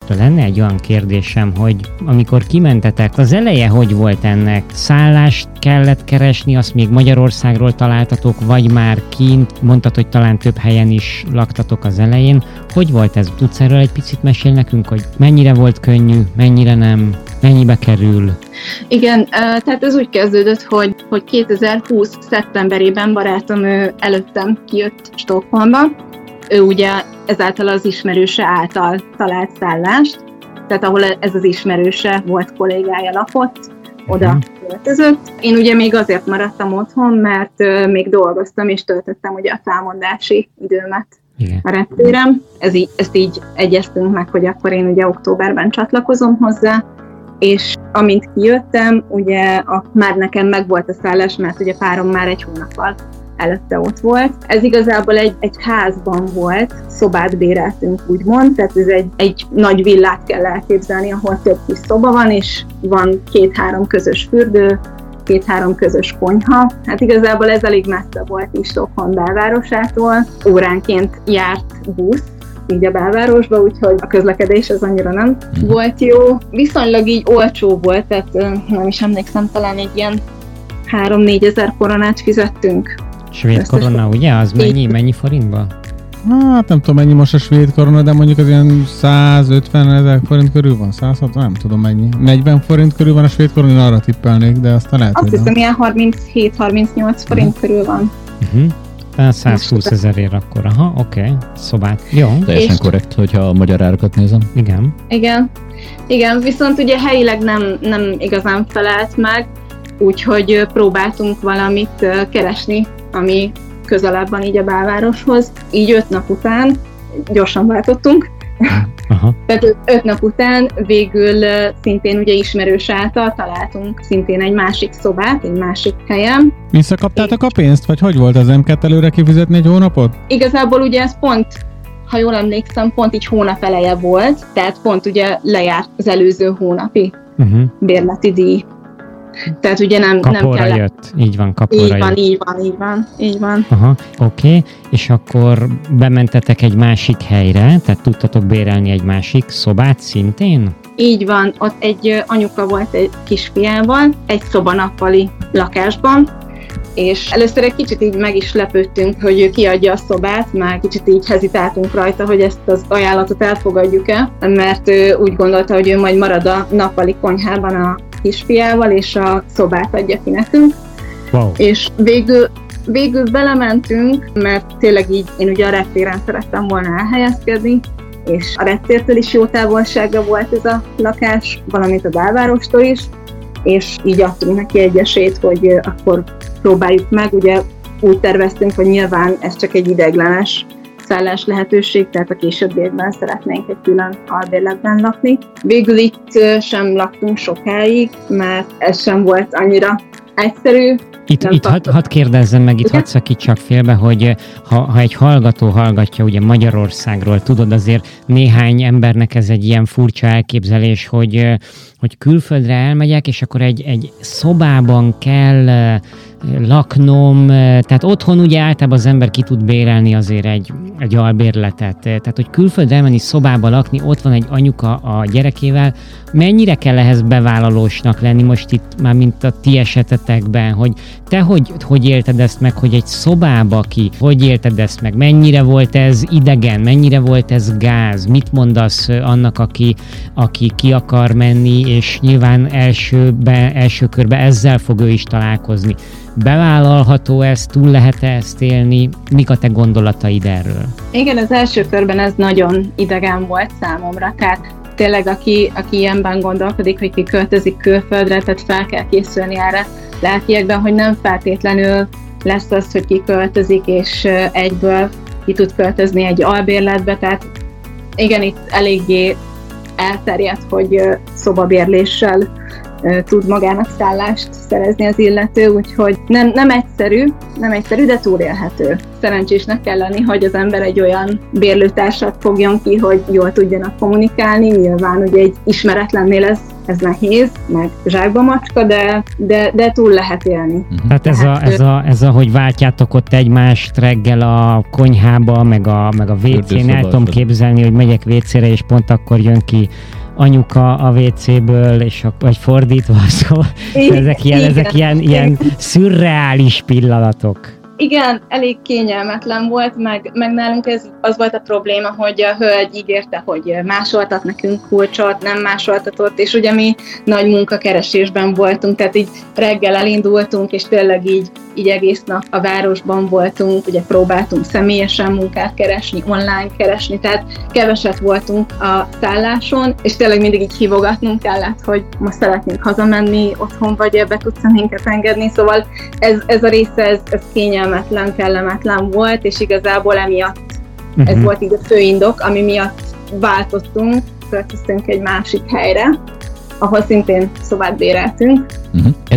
szállástól lenne egy olyan kérdésem, hogy amikor kimentetek, az eleje hogy volt ennek? Szállást kellett keresni, azt még Magyarországról találtatok, vagy már kint? Mondtad, hogy talán több helyen is laktatok az elején. Hogy volt ez? Tudsz erről egy picit mesélni nekünk, hogy mennyire volt könnyű, mennyire nem, mennyibe kerül? Igen, tehát ez úgy kezdődött, hogy 2020. szeptemberében barátom előttem kijött Stockholmba. Ő ugye ezáltal az ismerőse által talált szállást, tehát ahol ez az ismerőse volt, kollégája lakott, oda költözött. Én ugye még azért maradtam otthon, mert még dolgoztam és töltöttem ugye a felmondási időmet. Igen. A reptéren. Ezt így egyeztünk meg, hogy akkor én ugye októberben csatlakozom hozzá, és amint kijöttem, ugye már nekem megvolt a szállás, mert ugye párom már egy hónappal előtte ott volt. Ez igazából egy házban volt, szobát béreltünk úgymond, tehát ez egy nagy villát kell elképzelni, ahol több kis szoba van, és van 2-3 közös fürdő, 2-3 közös konyha. Hát igazából ez elég messze volt is Stockholm belvárosától. Óránként járt busz, így a belvárosba, úgyhogy a közlekedés az annyira nem volt jó. Viszonylag így olcsó volt, tehát nem is emlékszem, talán egy ilyen 3-4 ezer koronát fizettünk. Svéd korona, ugye? Az mennyi forintba? Hát nem tudom mennyi most a svéd korona, de mondjuk az ilyen 150 000 forint körül van, 160, nem tudom mennyi. 40 forint körül van a svéd korona, én arra tippelnék, de aztán lehet, azt hiszem, ilyen 37-38 forint körül van. 120 000 akkor, aha, oké, szobát. Jó. Teljesen korrekt, hogyha a magyar árakat nézem. Igen, viszont ugye helyileg nem igazán felelt meg, úgyhogy próbáltunk valamit keresni, ami közelebb van így a belvároshoz. Így 5 nap után gyorsan váltottunk. Aha. Tehát 5 nap után végül szintén ugye ismerős által találtunk szintén egy másik szobát, egy másik helyen. Visszakaptátok a pénzt, vagy hogy volt az M2 előre kifizetni egy hónapot? Igazából ugye ez pont, ha jól emlékszem, pont így hónap eleje volt, tehát pont ugye lejárt az előző hónapi bérleti díj. Tehát ugye nem kellett. Jött. Így van, kapóra Így van. Aha, oké. És akkor bementetek egy másik helyre, tehát tudtatok bérelni egy másik szobát szintén? Így van, ott egy anyuka volt egy kisfiával, egy szobanappali lakásban, és először egy kicsit így meg is lepődtünk, hogy ő kiadja a szobát, már kicsit így hezitáltunk rajta, hogy ezt az ajánlatot elfogadjuk-e, mert ő úgy gondolta, hogy ő majd marad a nappali konyhában a kisfiával, és a szobát adja ki nekünk. Wow. És végül belementünk, mert tényleg így én ugye a reptéren szerettem volna elhelyezkedni, és a reptértől is jó távolsága volt ez a lakás, valamint a belvárostól is, és így adtunk neki egy esélyt, hogy akkor próbáljuk meg. Ugye úgy terveztünk, hogy nyilván ez csak egy ideiglenes szállás lehetőség, tehát a későbbiekben szeretnénk egy külön albérletben lakni. Végül itt sem laktunk sokáig, mert ez sem volt annyira egyszerű. Itt hadd kérdezzem meg, itt hadd szakítsak félbe, hogy ha egy hallgató hallgatja ugye Magyarországról, tudod, azért néhány embernek ez egy ilyen furcsa elképzelés, hogy külföldre elmegyek, és akkor egy szobában kell laknom, tehát otthon ugye általában az ember ki tud bérelni azért egy albérletet, tehát hogy külföldre elmenni szobába lakni, ott van egy anyuka a gyerekével, mennyire kell ehhez bevállalósnak lenni most itt már mint a ti esetetekben, hogy te hogy élted ezt meg, hogy egy szobába hogy élted ezt meg, mennyire volt ez idegen, mennyire volt ez gáz, mit mondasz annak, aki ki akar menni, és nyilván első körben ezzel fog ő is találkozni. Bevállalható ez, túl lehet ezt élni? Mik a te gondolataid erről? Igen, az első körben ez nagyon idegen volt számomra, tehát tényleg aki ilyenben gondolkodik, hogy ki költözik külföldre, tehát fel kell készülni erre lelkiekben, hogy nem feltétlenül lesz az, hogy ki költözik, és egyből ki tud költözni egy albérletbe, tehát igen, itt eléggé elterjedt, hogy szobabérléssel tud magának szállást szerezni az illető, úgyhogy nem egyszerű, de túlélhető. Szerencsésnek kell lenni, hogy az ember egy olyan bérlőtársat fogjon ki, hogy jól tudjanak kommunikálni. Nyilván ugye egy ismeretlennél ez ez nehéz, meg zsákba macska, de túl lehet élni. Tehát ez a, hogy váltjátok ott egymást reggel a konyhába, meg a WC-n, el tudom képzelni, hogy megyek WC-re, és pont akkor jön ki anyuka a WC-ből, vagy fordítva, szóval ezek ilyen szürreális pillanatok. Igen, elég kényelmetlen volt, meg nálunk az volt a probléma, hogy a hölgy ígérte, hogy másoltat nekünk kulcsot, nem másoltatott, és ugye mi nagy munkakeresésben voltunk, tehát így reggel elindultunk, és tényleg így egész nap a városban voltunk, ugye próbáltunk személyesen munkát keresni, online keresni, tehát keveset voltunk a szálláson, és tényleg mindig így hívogatnunk kellett, hogy most szeretnénk hazamenni, otthon vagy be tudsz minket engedni, szóval ez a része, ez kényelmetlen, kellemetlen volt, és igazából emiatt ez volt így a fő indok, ami miatt váltottunk, költöztünk egy másik helyre, ahol szintén szobát béreltünk.